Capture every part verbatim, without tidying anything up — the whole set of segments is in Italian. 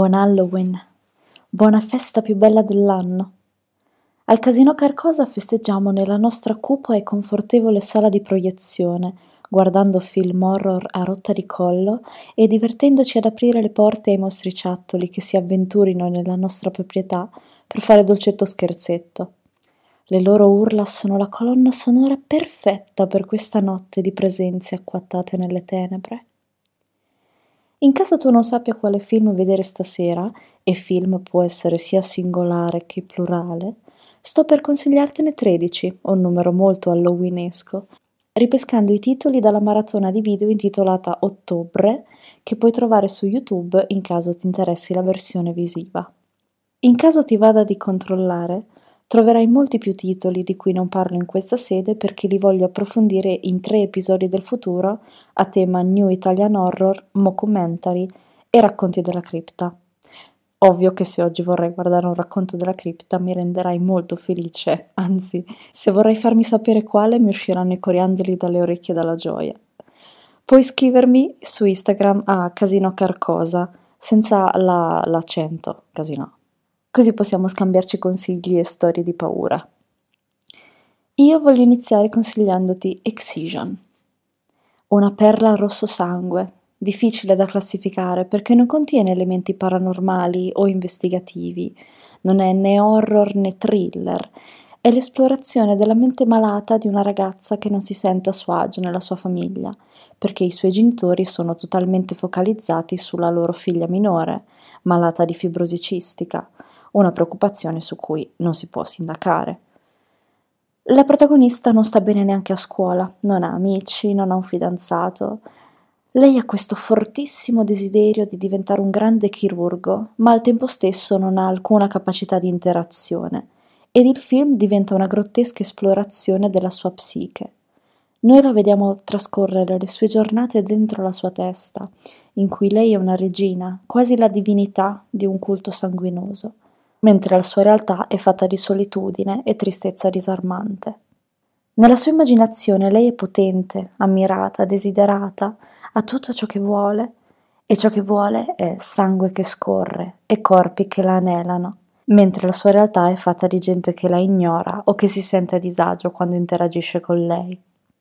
Buon Halloween, buona festa più bella dell'anno. Al Casino Carcosa festeggiamo nella nostra cupa e confortevole sala di proiezione, guardando film horror a rotta di collo e divertendoci ad aprire le porte ai mostriciattoli che si avventurino nella nostra proprietà per fare dolcetto scherzetto. Le loro urla sono la colonna sonora perfetta per questa notte di presenze acquattate nelle tenebre. In caso tu non sappia quale film vedere stasera, e film può essere sia singolare che plurale, sto per consigliartene tredici, un numero molto halloweenesco, ripescando i titoli dalla maratona di video intitolata Ottobre, che puoi trovare su YouTube in caso ti interessi la versione visiva. In caso ti vada di controllare, troverai molti più titoli di cui non parlo in questa sede perché li voglio approfondire in tre episodi del futuro a tema New Italian Horror, Mockumentary e Racconti della cripta. Ovvio che se oggi vorrai guardare un racconto della cripta mi renderai molto felice, anzi, se vorrai farmi sapere quale mi usciranno i coriandoli dalle orecchie dalla gioia. Puoi scrivermi su Instagram a Casino Carcosa, senza la, l'accento, Casino. Così possiamo scambiarci consigli e storie di paura. Io voglio iniziare consigliandoti Excision, una perla rosso sangue, difficile da classificare perché non contiene elementi paranormali o investigativi, non è né horror né thriller, è l'esplorazione della mente malata di una ragazza che non si sente a suo agio nella sua famiglia, perché i suoi genitori sono totalmente focalizzati sulla loro figlia minore, malata di fibrosi cistica, una preoccupazione su cui non si può sindacare. La protagonista non sta bene neanche a scuola, non ha amici, non ha un fidanzato. Lei ha questo fortissimo desiderio di diventare un grande chirurgo, ma al tempo stesso non ha alcuna capacità di interazione, ed il film diventa una grottesca esplorazione della sua psiche. Noi la vediamo trascorrere le sue giornate dentro la sua testa, in cui lei è una regina, quasi la divinità di un culto sanguinoso, mentre la sua realtà è fatta di solitudine e tristezza disarmante. Nella sua immaginazione lei è potente, ammirata, desiderata, ha tutto ciò che vuole, e ciò che vuole è sangue che scorre e corpi che la anelano, mentre la sua realtà è fatta di gente che la ignora o che si sente a disagio quando interagisce con lei.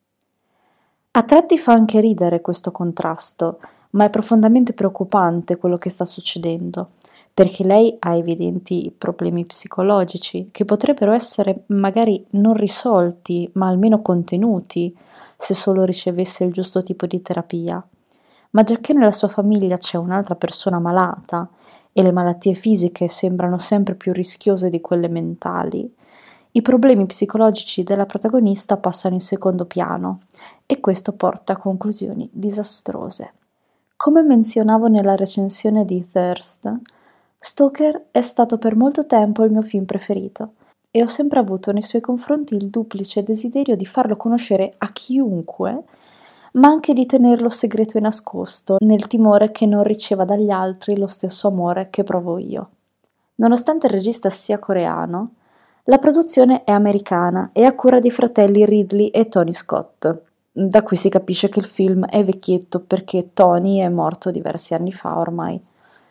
A tratti fa anche ridere questo contrasto, ma è profondamente preoccupante quello che sta succedendo, perché lei ha evidenti problemi psicologici che potrebbero essere magari non risolti, ma almeno contenuti, se solo ricevesse il giusto tipo di terapia. Ma giacché nella sua famiglia c'è un'altra persona malata e le malattie fisiche sembrano sempre più rischiose di quelle mentali, i problemi psicologici della protagonista passano in secondo piano e questo porta a conclusioni disastrose. Come menzionavo nella recensione di Thirst, Stoker è stato per molto tempo il mio film preferito e ho sempre avuto nei suoi confronti il duplice desiderio di farlo conoscere a chiunque, ma anche di tenerlo segreto e nascosto, nel timore che non riceva dagli altri lo stesso amore che provo io. Nonostante il regista sia coreano, la produzione è americana e a cura dei fratelli Ridley e Tony Scott. Da qui si capisce che il film è vecchietto perché Tony è morto diversi anni fa ormai.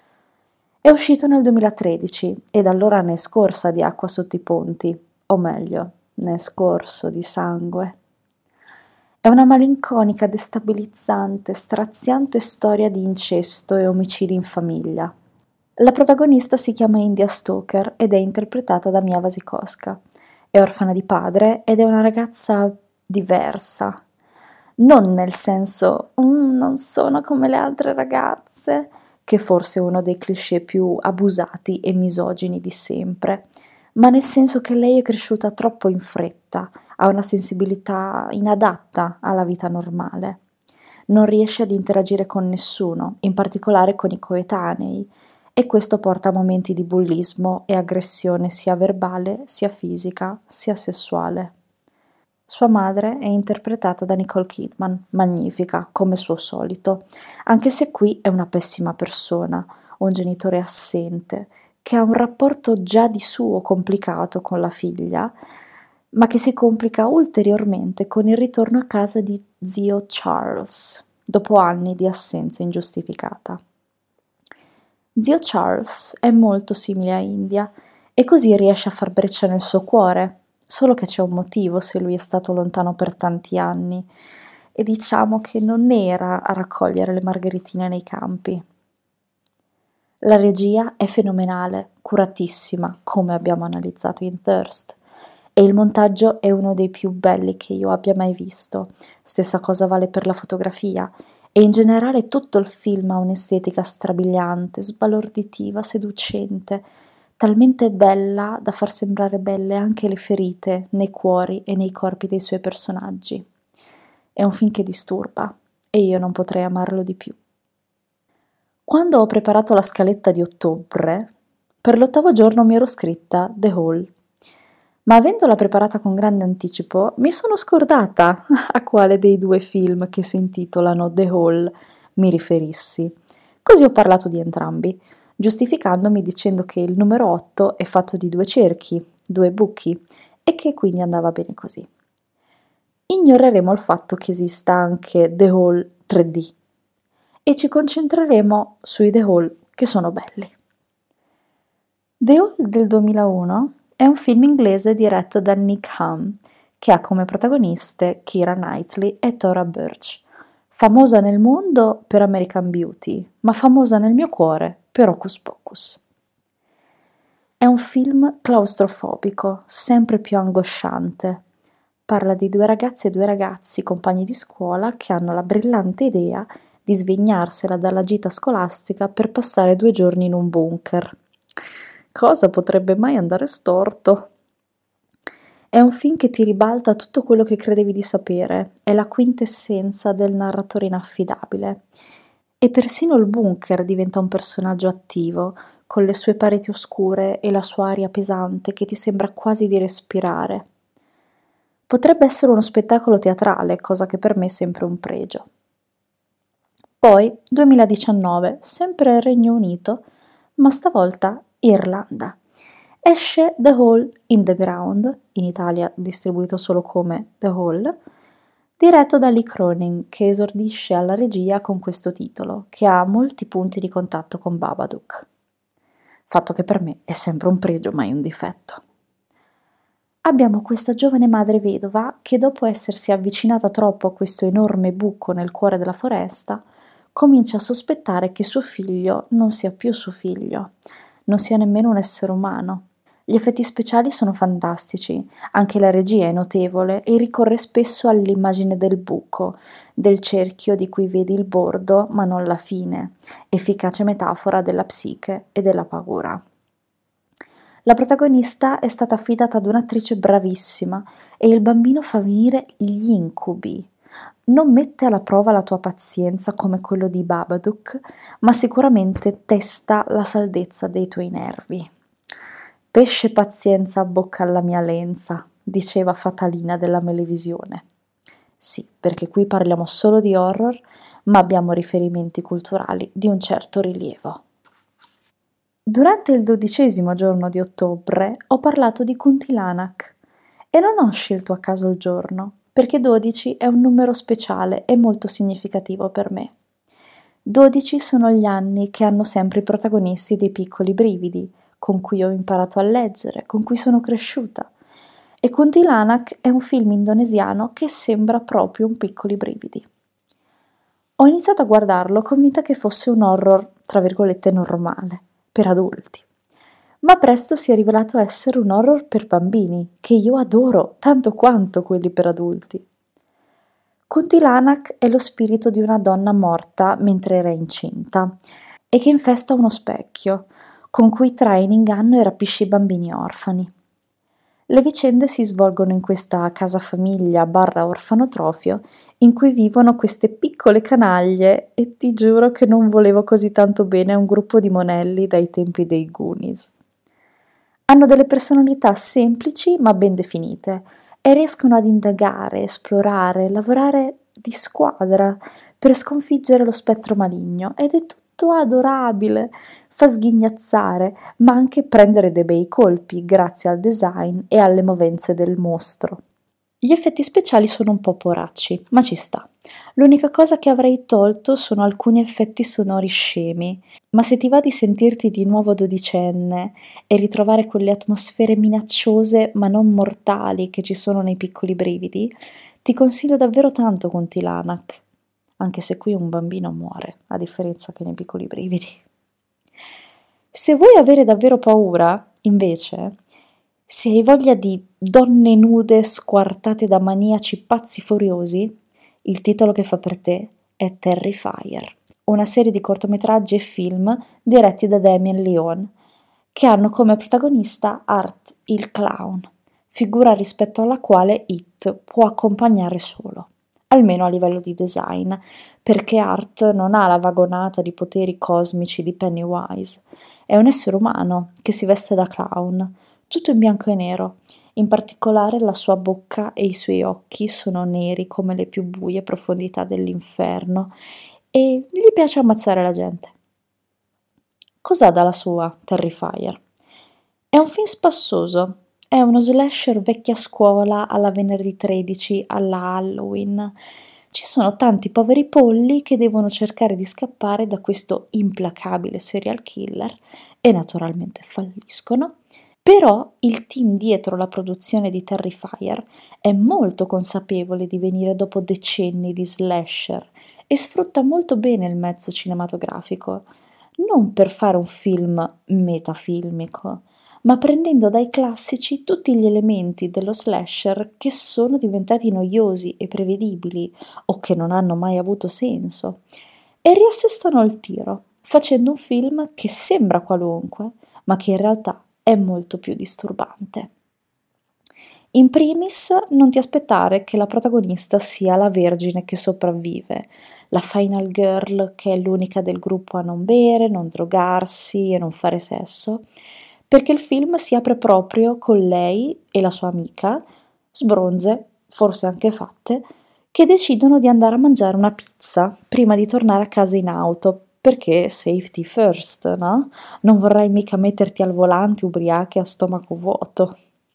È uscito nel duemilatredici e da allora ne è scorsa di acqua sotto i ponti, o meglio, ne è scorso di sangue. È una malinconica, destabilizzante, straziante storia di incesto e omicidi in famiglia. La protagonista si chiama India Stoker ed è interpretata da Mia Wasikowska. È orfana di padre ed è una ragazza diversa. Non nel senso, mm, non sono come le altre ragazze, che forse è uno dei cliché più abusati e misogini di sempre, ma nel senso che lei è cresciuta troppo in fretta, ha una sensibilità inadatta alla vita normale. Non riesce ad interagire con nessuno, in particolare con i coetanei, e questo porta a momenti di bullismo e aggressione sia verbale, sia fisica, sia sessuale. Sua madre è interpretata da Nicole Kidman, magnifica, come suo solito, anche se qui è una pessima persona, un genitore assente, che ha un rapporto già di suo complicato con la figlia, ma che si complica ulteriormente con il ritorno a casa di zio Charles, dopo anni di assenza ingiustificata. Zio Charles è molto simile a India e così riesce a far breccia nel suo cuore, solo che c'è un motivo se lui è stato lontano per tanti anni e diciamo che non era a raccogliere le margheritine nei campi. La regia è fenomenale, curatissima, come abbiamo analizzato in Thirst, e il montaggio è uno dei più belli che io abbia mai visto. Stessa cosa vale per la fotografia, e in generale tutto il film ha un'estetica strabiliante, sbalorditiva, seducente, talmente bella da far sembrare belle anche le ferite nei cuori e nei corpi dei suoi personaggi. È un film che disturba, e io non potrei amarlo di più. Quando ho preparato la scaletta di ottobre, per l'ottavo giorno mi ero scritta The Hall, ma avendola preparata con grande anticipo, mi sono scordata a quale dei due film che si intitolano The Hall mi riferissi. Così ho parlato di entrambi, giustificandomi dicendo che il numero otto è fatto di due cerchi, due buchi, e che quindi andava bene così. Ignoreremo il fatto che esista anche The Hall tre D e ci concentreremo sui The Hall che sono belli. The Hall del duemilauno è un film inglese diretto da Nick Humm, che ha come protagoniste Keira Knightley e Thora Birch, famosa nel mondo per American Beauty, ma famosa nel mio cuore per Hocus Pocus. È un film claustrofobico, sempre più angosciante. Parla di due ragazze e due ragazzi, compagni di scuola, che hanno la brillante idea di svignarsela dalla gita scolastica per passare due giorni in un bunker. Cosa potrebbe mai andare storto? È un film che ti ribalta tutto quello che credevi di sapere, è la quintessenza del narratore inaffidabile. E persino il bunker diventa un personaggio attivo, con le sue pareti oscure e la sua aria pesante che ti sembra quasi di respirare. Potrebbe essere uno spettacolo teatrale, cosa che per me è sempre un pregio. Poi, duemiladiciannove, sempre il Regno Unito, ma stavolta Irlanda. Esce The Hole in the Ground, in Italia distribuito solo come The Hole, diretto da Lee Cronin, che esordisce alla regia con questo titolo, che ha molti punti di contatto con Babadook. Fatto che per me è sempre un pregio, mai un difetto. Abbiamo questa giovane madre vedova che, dopo essersi avvicinata troppo a questo enorme buco nel cuore della foresta, comincia a sospettare che suo figlio non sia più suo figlio, non sia nemmeno un essere umano. Gli effetti speciali sono fantastici, anche la regia è notevole e ricorre spesso all'immagine del buco, del cerchio di cui vedi il bordo ma non la fine, efficace metafora della psiche e della paura. La protagonista è stata affidata ad un'attrice bravissima e il bambino fa venire gli incubi. Non mette alla prova la tua pazienza come quello di Babadook, ma sicuramente testa la saldezza dei tuoi nervi. Pesce pazienza a bocca alla mia lenza, diceva Fatalina della Melevisione. Sì, perché qui parliamo solo di horror, ma abbiamo riferimenti culturali di un certo rilievo. Durante il dodicesimo giorno di ottobre ho parlato di Kuntilanak e non ho scelto a caso il giorno, perché dodici è un numero speciale e molto significativo per me. dodici sono gli anni che hanno sempre i protagonisti dei piccoli brividi, con cui ho imparato a leggere, con cui sono cresciuta. E Kuntilanak è un film indonesiano che sembra proprio un piccoli brividi. Ho iniziato a guardarlo convinta che fosse un horror, tra virgolette, normale, per adulti. Ma presto si è rivelato essere un horror per bambini, che io adoro tanto quanto quelli per adulti. Kuntilanak è lo spirito di una donna morta mentre era incinta e che infesta uno specchio, con cui trae in inganno e rapisce i bambini orfani. Le vicende si svolgono in questa casa famiglia barra orfanotrofio in cui vivono queste piccole canaglie e ti giuro che non volevo così tanto bene a un gruppo di monelli dai tempi dei Goonies. Hanno delle personalità semplici ma ben definite e riescono ad indagare, esplorare, lavorare di squadra per sconfiggere lo spettro maligno ed è tutto adorabile, fa sghignazzare ma anche prendere dei bei colpi grazie al design e alle movenze del mostro. Gli effetti speciali sono un po' poracci, ma ci sta. L'unica cosa che avrei tolto sono alcuni effetti sonori scemi, ma se ti va di sentirti di nuovo dodicenne e ritrovare quelle atmosfere minacciose ma non mortali che ci sono nei Piccoli brividi, ti consiglio davvero tanto Kuntilanak, anche se qui un bambino muore, a differenza che nei Piccoli brividi. Se vuoi avere davvero paura, invece, se hai voglia di donne nude squartate da maniaci pazzi furiosi, il titolo che fa per te è Terrifier, una serie di cortometraggi e film diretti da Damien Leone, che hanno come protagonista Art il clown, figura rispetto alla quale It può accompagnare solo, almeno a livello di design, perché Art non ha la vagonata di poteri cosmici di Pennywise, è un essere umano che si veste da clown, tutto in bianco e nero. In particolare la sua bocca e i suoi occhi sono neri come le più buie profondità dell'inferno e gli piace ammazzare la gente. Cos'ha dalla sua Terrifier? È un film spassoso, è uno slasher vecchia scuola alla venerdì tredici, alla Halloween. Ci sono tanti poveri polli che devono cercare di scappare da questo implacabile serial killer e naturalmente falliscono. Però il team dietro la produzione di Terrifier è molto consapevole di venire dopo decenni di slasher e sfrutta molto bene il mezzo cinematografico, non per fare un film metafilmico, ma prendendo dai classici tutti gli elementi dello slasher che sono diventati noiosi e prevedibili o che non hanno mai avuto senso, e riassestano il tiro, facendo un film che sembra qualunque, ma che in realtà è molto più disturbante. In primis, non ti aspettare che la protagonista sia la vergine che sopravvive, la final girl che è l'unica del gruppo a non bere, non drogarsi e non fare sesso, perché il film si apre proprio con lei e la sua amica, sbronze, forse anche fatte, che decidono di andare a mangiare una pizza prima di tornare a casa in auto, perché safety first, no? Non vorrai mica metterti al volante ubriache a stomaco vuoto.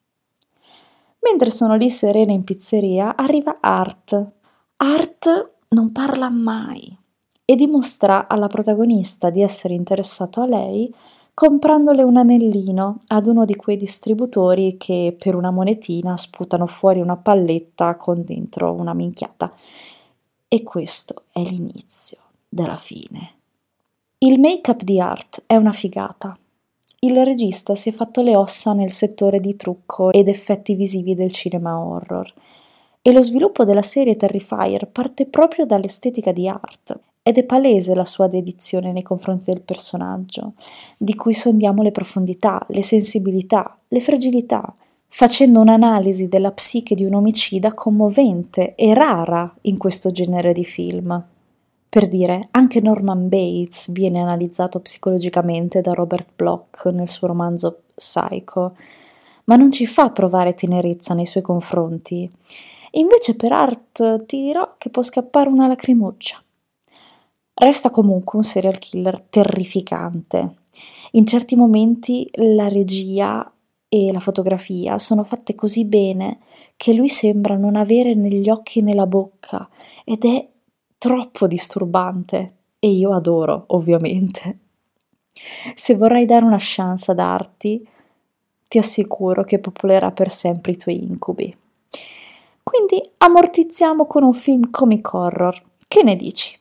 Mentre sono lì serene in pizzeria, arriva Art. Art non parla mai e dimostra alla protagonista di essere interessato a lei comprandole un anellino ad uno di quei distributori che per una monetina sputano fuori una palletta con dentro una minchiata. E questo è l'inizio della fine. Il make-up di Art è una figata. Il regista si è fatto le ossa nel settore di trucco ed effetti visivi del cinema horror e lo sviluppo della serie Terrifier parte proprio dall'estetica di Art ed è palese la sua dedizione nei confronti del personaggio, di cui sondiamo le profondità, le sensibilità, le fragilità, facendo un'analisi della psiche di un omicida commovente e rara in questo genere di film. Per dire, anche Norman Bates viene analizzato psicologicamente da Robert Bloch nel suo romanzo Psycho, ma non ci fa provare tenerezza nei suoi confronti. Invece per Art ti dirò che può scappare una lacrimuccia. Resta comunque un serial killer terrificante. In certi momenti la regia e la fotografia sono fatte così bene che lui sembra non avere negli occhi né la bocca ed è troppo disturbante e io adoro, ovviamente. Se vorrai dare una chance ad Arti, ti assicuro che popolerà per sempre i tuoi incubi. Quindi ammortizziamo con un film comic horror. Che ne dici?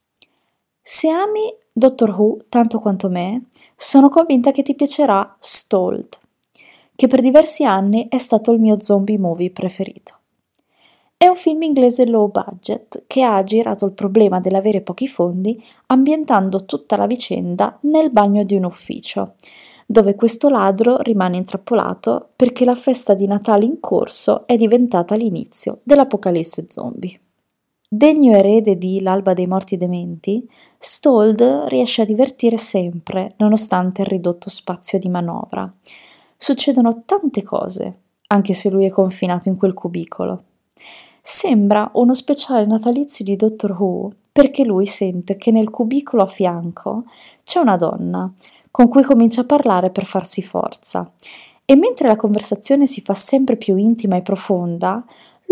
Se ami Doctor Who tanto quanto me, sono convinta che ti piacerà Stalled, che per diversi anni è stato il mio zombie movie preferito. È un film inglese low budget che ha girato il problema dell'avere pochi fondi ambientando tutta la vicenda nel bagno di un ufficio, dove questo ladro rimane intrappolato perché la festa di Natale in corso è diventata l'inizio dell'apocalisse zombie. Degno erede di L'alba dei morti dementi, Stalled riesce a divertire sempre nonostante il ridotto spazio di manovra. Succedono tante cose, anche se lui è confinato in quel cubicolo. Sembra uno speciale natalizio di Doctor Who perché lui sente che nel cubicolo a fianco c'è una donna con cui comincia a parlare per farsi forza e mentre la conversazione si fa sempre più intima e profonda,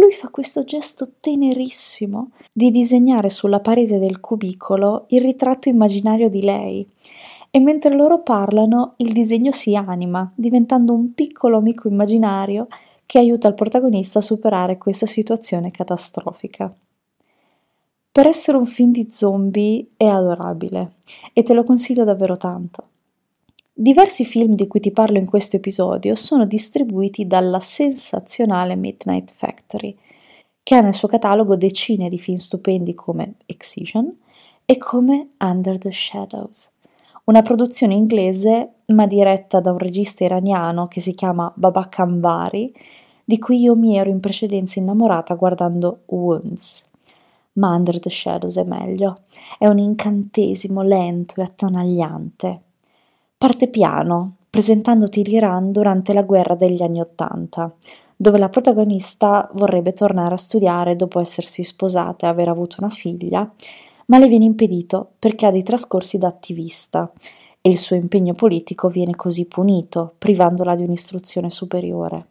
lui fa questo gesto tenerissimo di disegnare sulla parete del cubicolo il ritratto immaginario di lei e mentre loro parlano il disegno si anima, diventando un piccolo amico immaginario che aiuta il protagonista a superare questa situazione catastrofica. Per essere un film di zombie è adorabile e te lo consiglio davvero tanto. Diversi film di cui ti parlo in questo episodio sono distribuiti dalla sensazionale Midnight Factory, che ha nel suo catalogo decine di film stupendi come Excision e come Under the Shadows, una produzione inglese ma diretta da un regista iraniano che si chiama Babak Anvari, di cui io mi ero in precedenza innamorata guardando Wounds. Ma Under the Shadows è meglio, è un incantesimo lento e attanagliante. Parte piano, presentandoti l'Iran durante la guerra degli anni Ottanta, dove la protagonista vorrebbe tornare a studiare dopo essersi sposata e aver avuto una figlia, ma le viene impedito perché ha dei trascorsi da attivista e il suo impegno politico viene così punito, privandola di un'istruzione superiore.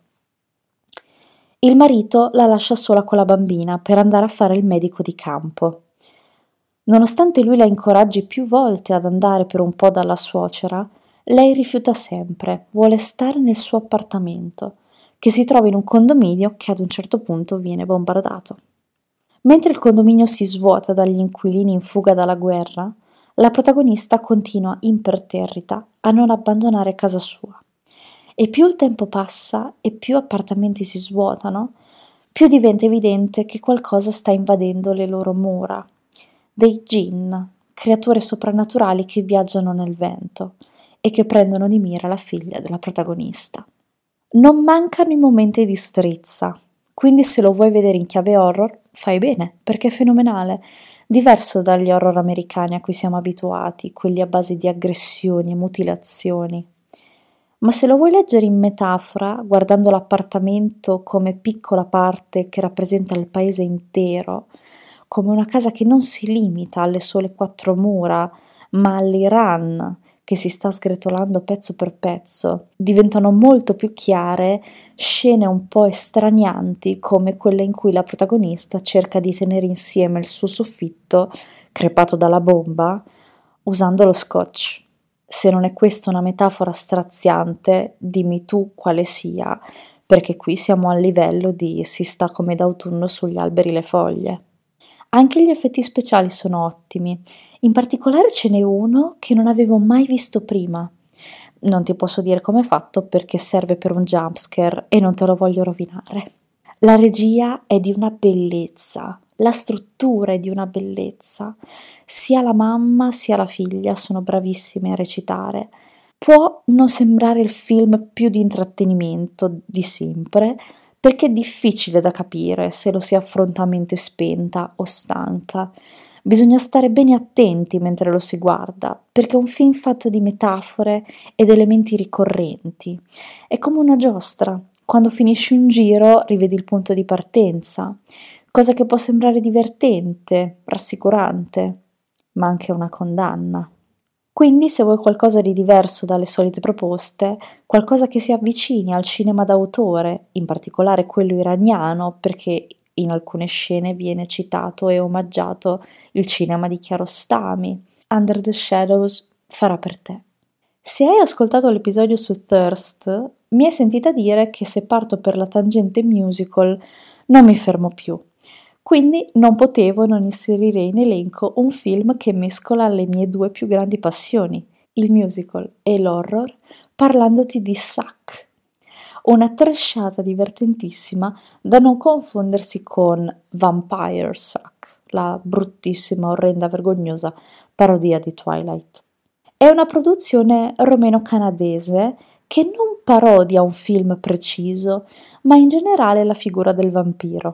Il marito la lascia sola con la bambina per andare a fare il medico di campo. Nonostante lui la incoraggi più volte ad andare per un po' dalla suocera, lei rifiuta sempre, vuole stare nel suo appartamento, che si trova in un condominio che ad un certo punto viene bombardato. Mentre il condominio si svuota dagli inquilini in fuga dalla guerra, la protagonista continua imperterrita a non abbandonare casa sua. E più il tempo passa e più appartamenti si svuotano, più diventa evidente che qualcosa sta invadendo le loro mura. Dei djinn, creature soprannaturali che viaggiano nel vento e che prendono di mira la figlia della protagonista. Non mancano i momenti di strizza, quindi se lo vuoi vedere in chiave horror, fai bene, perché è fenomenale. Diverso dagli horror americani a cui siamo abituati, quelli a base di aggressioni e mutilazioni. Ma se lo vuoi leggere in metafora, guardando l'appartamento come piccola parte che rappresenta il paese intero, come una casa che non si limita alle sole quattro mura, ma all'Iran che si sta sgretolando pezzo per pezzo, diventano molto più chiare scene un po' estranianti come quella in cui la protagonista cerca di tenere insieme il suo soffitto, crepato dalla bomba, usando lo scotch. Se non è questa una metafora straziante, dimmi tu quale sia, perché qui siamo al livello di si sta come d'autunno sugli alberi le foglie. Anche gli effetti speciali sono ottimi, in particolare ce n'è uno che non avevo mai visto prima. Non ti posso dire come è fatto perché serve per un jumpscare e non te lo voglio rovinare. La regia è di una bellezza, la struttura è di una bellezza. Sia la mamma sia la figlia sono bravissime a recitare. Può non sembrare il film più di intrattenimento di sempre, perché è difficile da capire se lo si affronta a mente spenta o stanca. Bisogna stare bene attenti mentre lo si guarda, perché è un film fatto di metafore ed elementi ricorrenti. È come una giostra. Quando finisci un giro rivedi il punto di partenza, cosa che può sembrare divertente, rassicurante, ma anche una condanna. Quindi, se vuoi qualcosa di diverso dalle solite proposte, qualcosa che si avvicini al cinema d'autore, in particolare quello iraniano, perché in alcune scene viene citato e omaggiato il cinema di Kiarostami, Under the Shadows farà per te. Se hai ascoltato l'episodio su Thirst, mi hai sentita dire che se parto per la tangente musical non mi fermo più. Quindi non potevo non inserire in elenco un film che mescola le mie due più grandi passioni, il musical e l'horror, parlandoti di Suck, una trashata divertentissima da non confondersi con Vampire Suck, la bruttissima, orrenda, vergognosa parodia di Twilight. È una produzione romeno-canadese che non parodia un film preciso, ma in generale la figura del vampiro.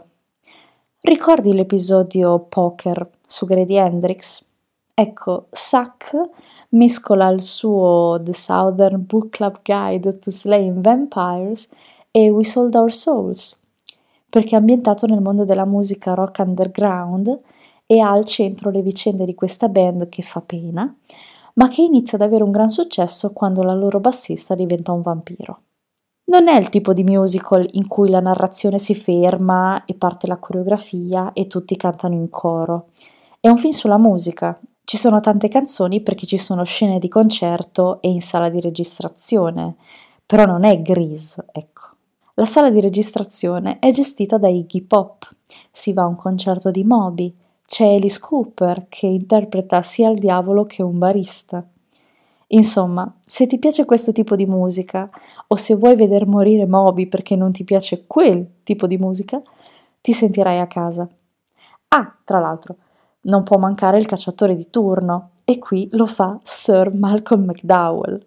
Ricordi l'episodio Poker su Grady Hendrix? Ecco, Suck mescola il suo The Southern Book Club Guide to Slaying Vampires e We Sold Our Souls, perché è ambientato nel mondo della musica rock underground e ha al centro le vicende di questa band che fa pena, ma che inizia ad avere un gran successo quando la loro bassista diventa un vampiro. Non è il tipo di musical in cui la narrazione si ferma e parte la coreografia e tutti cantano in coro. È un film sulla musica. Ci sono tante canzoni perché ci sono scene di concerto e in sala di registrazione, però non è Grease, ecco. La sala di registrazione è gestita da Iggy Pop. Si va a un concerto di Moby. C'è Alice Cooper che interpreta sia il diavolo che un barista. Insomma, se ti piace questo tipo di musica o se vuoi veder morire Moby perché non ti piace quel tipo di musica, ti sentirai a casa. Ah, tra l'altro, non può mancare il cacciatore di turno e qui lo fa Sir Malcolm McDowell.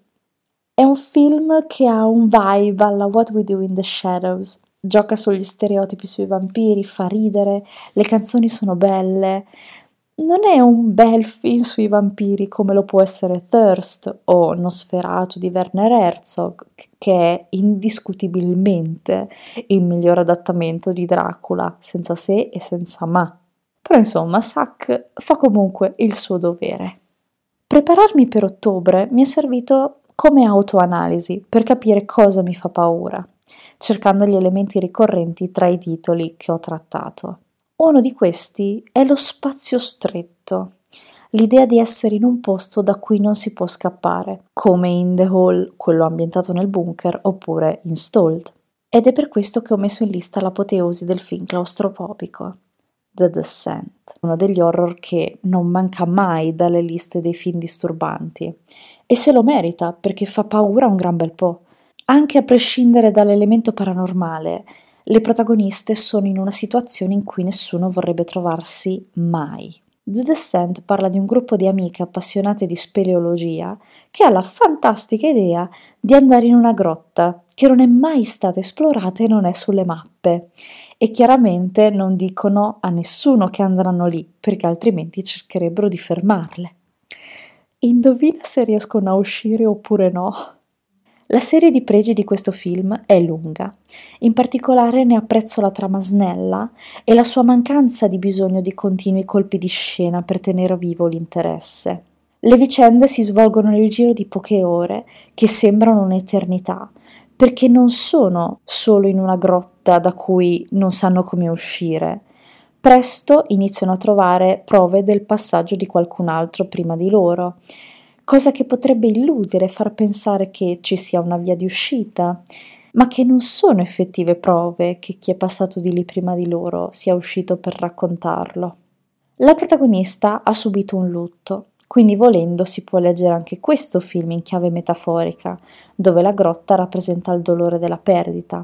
È un film che ha un vibe alla What We Do in the Shadows. Gioca sugli stereotipi sui vampiri, fa ridere, le canzoni sono belle. Non è un bel film sui vampiri come lo può essere Thirst o Nosferatu di Werner Herzog, che è indiscutibilmente il miglior adattamento di Dracula, senza se e senza ma. Però insomma, Sack fa comunque il suo dovere. Prepararmi per ottobre mi è servito come autoanalisi per capire cosa mi fa paura, cercando gli elementi ricorrenti tra i titoli che ho trattato. Uno di questi è lo spazio stretto, l'idea di essere in un posto da cui non si può scappare, come in The Hall, quello ambientato nel bunker, oppure Installed. Ed è per questo che ho messo in lista l'apoteosi del film claustrofobico, The Descent, uno degli horror che non manca mai dalle liste dei film disturbanti, e se lo merita perché fa paura un gran bel po'. Anche a prescindere dall'elemento paranormale, le protagoniste sono in una situazione in cui nessuno vorrebbe trovarsi mai. The Descent parla di un gruppo di amiche appassionate di speleologia che ha la fantastica idea di andare in una grotta che non è mai stata esplorata e non è sulle mappe. E chiaramente non dicono a nessuno che andranno lì, perché altrimenti cercherebbero di fermarle. Indovina se riescono a uscire oppure no? La serie di pregi di questo film è lunga, in particolare ne apprezzo la trama snella e la sua mancanza di bisogno di continui colpi di scena per tenere vivo l'interesse. Le vicende si svolgono nel giro di poche ore, che sembrano un'eternità, perché non sono solo in una grotta da cui non sanno come uscire. Presto iniziano a trovare prove del passaggio di qualcun altro prima di loro, cosa che potrebbe illudere e far pensare che ci sia una via di uscita, ma che non sono effettive prove che chi è passato di lì prima di loro sia uscito per raccontarlo. La protagonista ha subito un lutto, quindi volendo si può leggere anche questo film in chiave metaforica, dove la grotta rappresenta il dolore della perdita.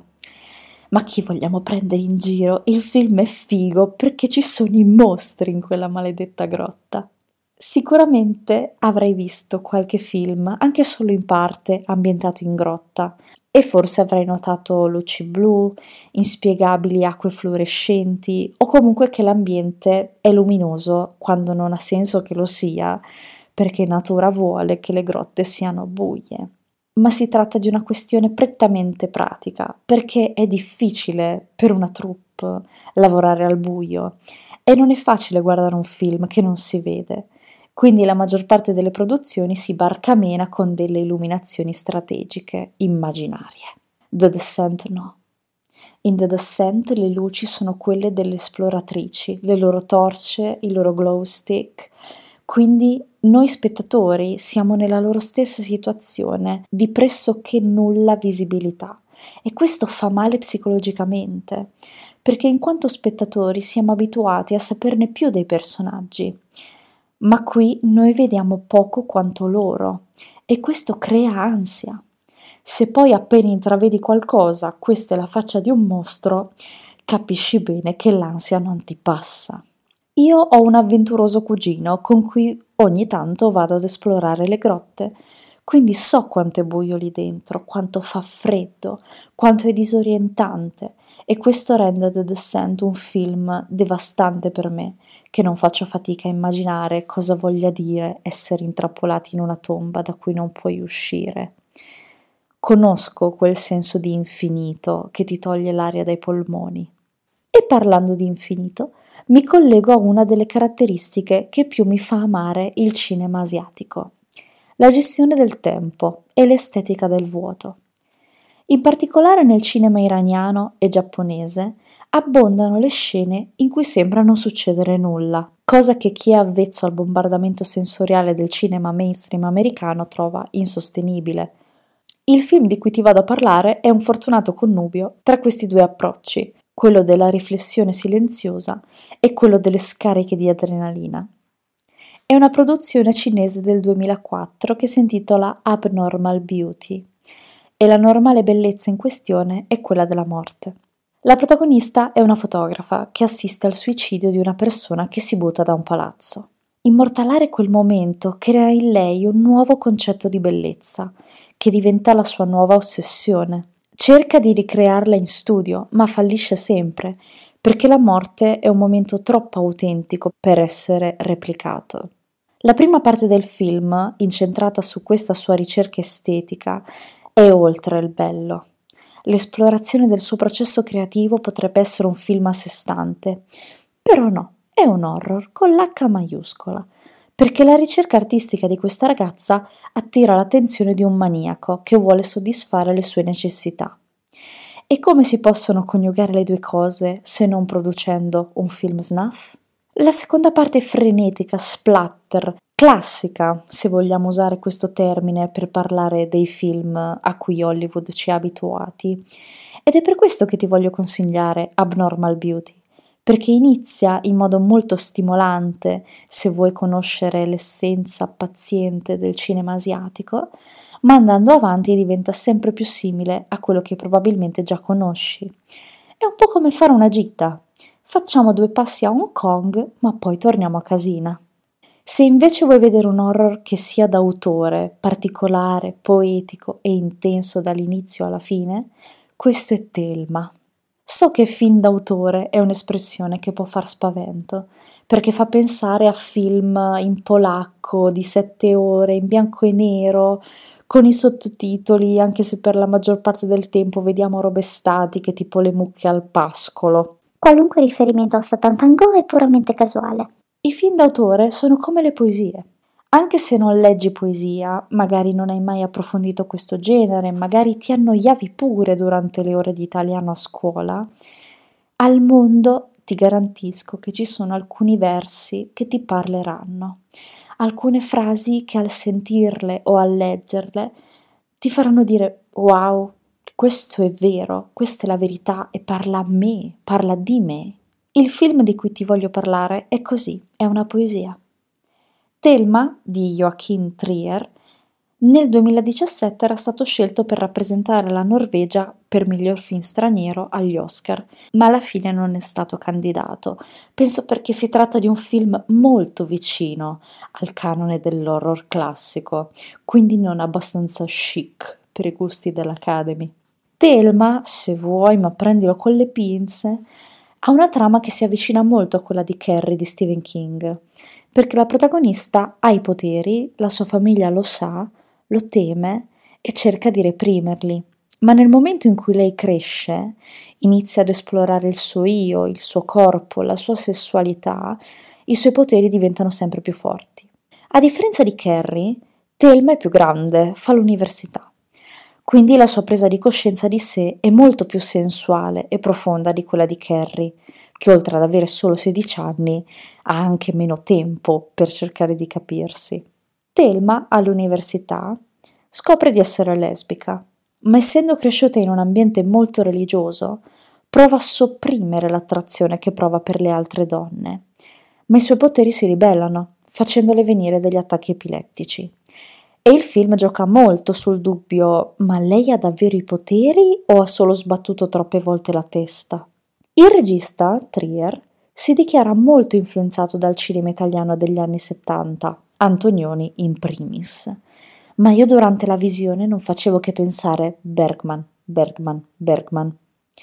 Ma chi vogliamo prendere in giro? Il film è figo perché ci sono i mostri in quella maledetta grotta. Sicuramente avrai visto qualche film, anche solo in parte, ambientato in grotta, e forse avrai notato luci blu, inspiegabili acque fluorescenti, o comunque che l'ambiente è luminoso quando non ha senso che lo sia, perché natura vuole che le grotte siano buie. Ma si tratta di una questione prettamente pratica, perché è difficile per una troupe lavorare al buio e non è facile guardare un film che non si vede. Quindi la maggior parte delle produzioni si barcamena con delle illuminazioni strategiche, immaginarie. The Descent no. In The Descent le luci sono quelle delle esploratrici, le loro torce, i loro glow stick. Quindi noi spettatori siamo nella loro stessa situazione di pressoché nulla visibilità. E questo fa male psicologicamente, perché in quanto spettatori siamo abituati a saperne più dei personaggi. Ma qui noi vediamo poco quanto loro e questo crea ansia. Se poi appena intravedi qualcosa, questa è la faccia di un mostro, capisci bene che l'ansia non ti passa. Io ho un avventuroso cugino con cui ogni tanto vado ad esplorare le grotte, quindi so quanto è buio lì dentro, quanto fa freddo, quanto è disorientante e questo rende The Descent un film devastante per me, che non faccio fatica a immaginare cosa voglia dire essere intrappolati in una tomba da cui non puoi uscire. Conosco quel senso di infinito che ti toglie l'aria dai polmoni. E parlando di infinito, mi collego a una delle caratteristiche che più mi fa amare il cinema asiatico: la gestione del tempo e l'estetica del vuoto. In particolare nel cinema iraniano e giapponese abbondano le scene in cui sembra non succedere nulla, cosa che chi è avvezzo al bombardamento sensoriale del cinema mainstream americano trova insostenibile. Il film di cui ti vado a parlare è un fortunato connubio tra questi due approcci, quello della riflessione silenziosa e quello delle scariche di adrenalina. È una produzione cinese del duemilaquattro che si intitola Abnormal Beauty e la normale bellezza in questione è quella della morte. La protagonista è una fotografa che assiste al suicidio di una persona che si butta da un palazzo. Immortalare quel momento crea in lei un nuovo concetto di bellezza, che diventa la sua nuova ossessione. Cerca di ricrearla in studio, ma fallisce sempre, perché la morte è un momento troppo autentico per essere replicato. La prima parte del film, incentrata su questa sua ricerca estetica, è oltre il bello. L'esplorazione del suo processo creativo potrebbe essere un film a sé stante, però no, è un horror con l'H maiuscola, perché la ricerca artistica di questa ragazza attira l'attenzione di un maniaco che vuole soddisfare le sue necessità. E come si possono coniugare le due cose se non producendo un film snuff? La seconda parte è frenetica, splatter, classica, se vogliamo usare questo termine per parlare dei film a cui Hollywood ci ha abituati. Ed è per questo che ti voglio consigliare Abnormal Beauty, perché inizia in modo molto stimolante, se vuoi conoscere l'essenza paziente del cinema asiatico, ma andando avanti diventa sempre più simile a quello che probabilmente già conosci. È un po' come fare una gita. Facciamo due passi a Hong Kong, ma poi torniamo a casina. Se invece vuoi vedere un horror che sia d'autore, particolare, poetico e intenso dall'inizio alla fine, questo è Thelma. So che film d'autore è un'espressione che può far spavento, perché fa pensare a film in polacco di sette ore, in bianco e nero, con i sottotitoli, anche se per la maggior parte del tempo vediamo robe statiche, tipo le mucche al pascolo. Qualunque riferimento a Satan Tango è puramente casuale. I film d'autore sono come le poesie. Anche se non leggi poesia, magari non hai mai approfondito questo genere, magari ti annoiavi pure durante le ore di italiano a scuola, al mondo ti garantisco che ci sono alcuni versi che ti parleranno, alcune frasi che al sentirle o a leggerle ti faranno dire wow, questo è vero, questa è la verità e parla a me, parla di me. Il film di cui ti voglio parlare è così, è una poesia. Thelma, di Joachim Trier, nel duemiladiciassette era stato scelto per rappresentare la Norvegia per miglior film straniero agli Oscar, ma alla fine non è stato candidato. Penso perché si tratta di un film molto vicino al canone dell'horror classico, quindi non abbastanza chic per i gusti dell'Academy. Thelma, se vuoi, ma prendilo con le pinze, ha una trama che si avvicina molto a quella di Carrie di Stephen King, perché la protagonista ha i poteri, la sua famiglia lo sa, lo teme e cerca di reprimerli. Ma nel momento in cui lei cresce, inizia ad esplorare il suo io, il suo corpo, la sua sessualità, i suoi poteri diventano sempre più forti. A differenza di Carrie, Thelma è più grande, fa l'università. Quindi la sua presa di coscienza di sé è molto più sensuale e profonda di quella di Carrie, che oltre ad avere solo sedici anni ha anche meno tempo per cercare di capirsi. Thelma, all'università, scopre di essere lesbica, ma essendo cresciuta in un ambiente molto religioso, prova a sopprimere l'attrazione che prova per le altre donne, ma i suoi poteri si ribellano, facendole venire degli attacchi epilettici. E il film gioca molto sul dubbio, ma lei ha davvero i poteri o ha solo sbattuto troppe volte la testa? Il regista, Trier, si dichiara molto influenzato dal cinema italiano degli anni settanta, Antonioni in primis. Ma io durante la visione non facevo che pensare Bergman, Bergman, Bergman.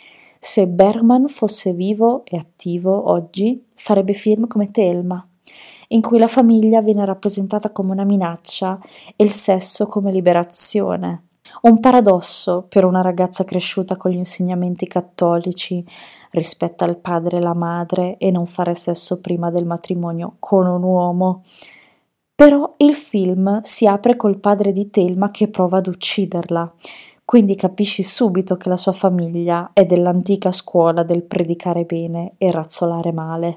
Se Bergman fosse vivo e attivo oggi, farebbe film come Thelma, in cui la famiglia viene rappresentata come una minaccia e il sesso come liberazione. Un paradosso per una ragazza cresciuta con gli insegnamenti cattolici, rispetta il padre e la madre e non fare sesso prima del matrimonio con un uomo. Però il film si apre col padre di Thelma che prova ad ucciderla, quindi capisci subito che la sua famiglia è dell'antica scuola del predicare bene e razzolare male.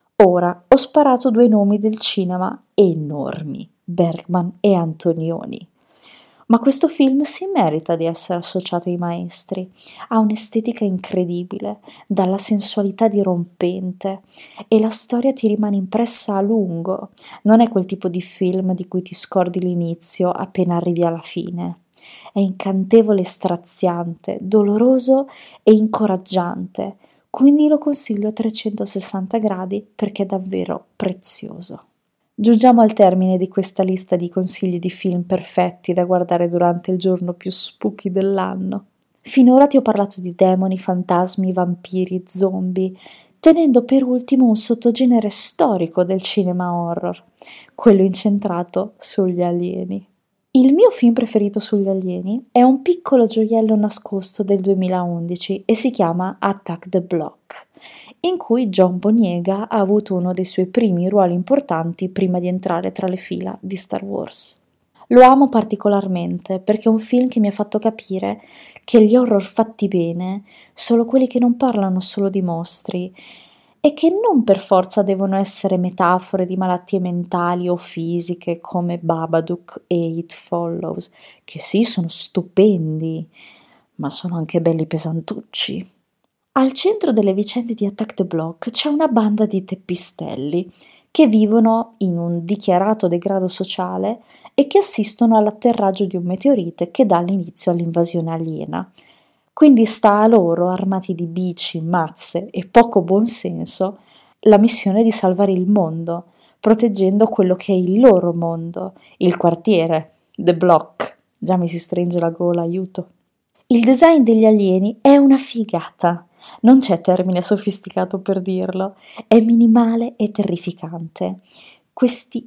Ora ho sparato due nomi del cinema enormi, Bergman e Antonioni. Ma questo film si merita di essere associato ai maestri. Ha un'estetica incredibile, dalla sensualità dirompente e la storia ti rimane impressa a lungo. Non è quel tipo di film di cui ti scordi l'inizio appena arrivi alla fine. È incantevole e straziante, doloroso e incoraggiante, quindi lo consiglio a trecentosessanta gradi perché è davvero prezioso. Giungiamo al termine di questa lista di consigli di film perfetti da guardare durante il giorno più spooky dell'anno. Finora ti ho parlato di demoni, fantasmi, vampiri, zombie, tenendo per ultimo un sottogenere storico del cinema horror, quello incentrato sugli alieni. Il mio film preferito sugli alieni è un piccolo gioiello nascosto del duemilaundici e si chiama Attack the Block, in cui John Boyega ha avuto uno dei suoi primi ruoli importanti prima di entrare tra le fila di Star Wars. Lo amo particolarmente perché è un film che mi ha fatto capire che gli horror fatti bene sono quelli che non parlano solo di mostri e che non per forza devono essere metafore di malattie mentali o fisiche come Babadook e It Follows, che sì, sono stupendi, ma sono anche belli pesantucci. Al centro delle vicende di Attack the Block c'è una banda di teppistelli che vivono in un dichiarato degrado sociale e che assistono all'atterraggio di un meteorite che dà l'inizio all'invasione aliena. Quindi sta a loro, armati di bici, mazze e poco buonsenso, la missione di salvare il mondo, proteggendo quello che è il loro mondo, il quartiere, The Block. Già mi si stringe la gola, aiuto. Il design degli alieni è una figata. Non c'è termine sofisticato per dirlo, è minimale e terrificante. Questi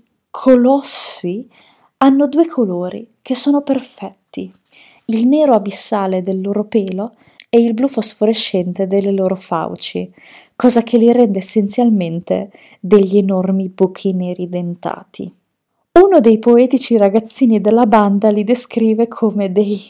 colossi hanno due colori che sono perfetti, il nero abissale del loro pelo e il blu fosforescente delle loro fauci, cosa che li rende essenzialmente degli enormi buchi neri dentati. Uno dei poetici ragazzini della banda li descrive come dei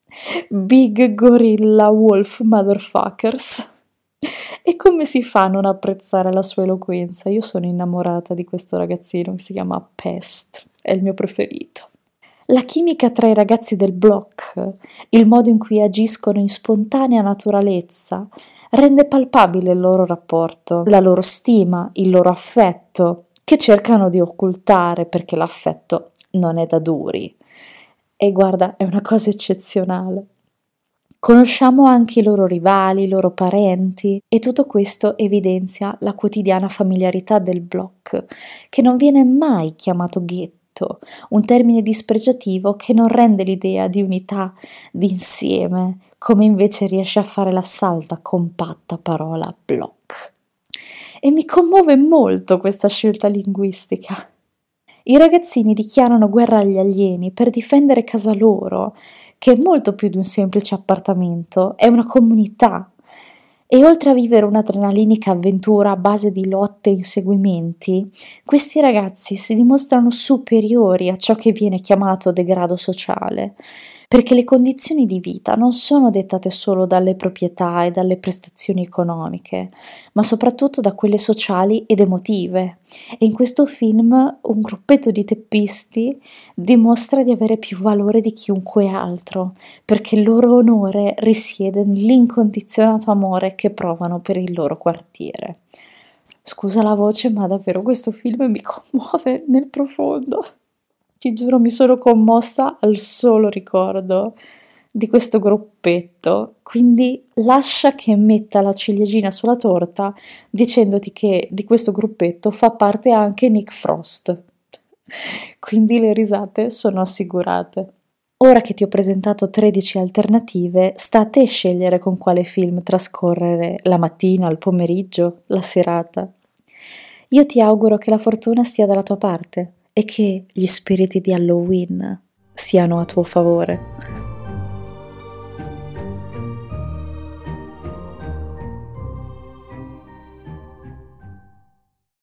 Big Gorilla Wolf Motherfuckers. E come si fa a non apprezzare la sua eloquenza? Io sono innamorata di questo ragazzino che si chiama Pest, è il mio preferito. La chimica tra i ragazzi del Block, il modo in cui agiscono in spontanea naturalezza, rende palpabile il loro rapporto, la loro stima, il loro affetto, che cercano di occultare perché l'affetto non è da duri. E guarda, è una cosa eccezionale. Conosciamo anche i loro rivali, i loro parenti e tutto questo evidenzia la quotidiana familiarità del Block, che non viene mai chiamato ghetto, un termine dispregiativo che non rende l'idea di unità, di insieme, come invece riesce a fare la salda, compatta parola Block. E mi commuove molto questa scelta linguistica. I ragazzini dichiarano guerra agli alieni per difendere casa loro, che è molto più di un semplice appartamento, è una comunità. E oltre a vivere un'adrenalinica avventura a base di lotte e inseguimenti, questi ragazzi si dimostrano superiori a ciò che viene chiamato degrado sociale, perché le condizioni di vita non sono dettate solo dalle proprietà e dalle prestazioni economiche, ma soprattutto da quelle sociali ed emotive. E in questo film un gruppetto di teppisti dimostra di avere più valore di chiunque altro, perché il loro onore risiede nell'incondizionato amore che provano per il loro quartiere. Scusa la voce, ma davvero questo film mi commuove nel profondo. Ti giuro, mi sono commossa al solo ricordo di questo gruppetto, quindi lascia che metta la ciliegina sulla torta dicendoti che di questo gruppetto fa parte anche Nick Frost. Quindi le risate sono assicurate. Ora che ti ho presentato tredici alternative, sta a te scegliere con quale film trascorrere la mattina, il pomeriggio, la serata. Io ti auguro che la fortuna stia dalla tua parte e che gli spiriti di Halloween siano a tuo favore.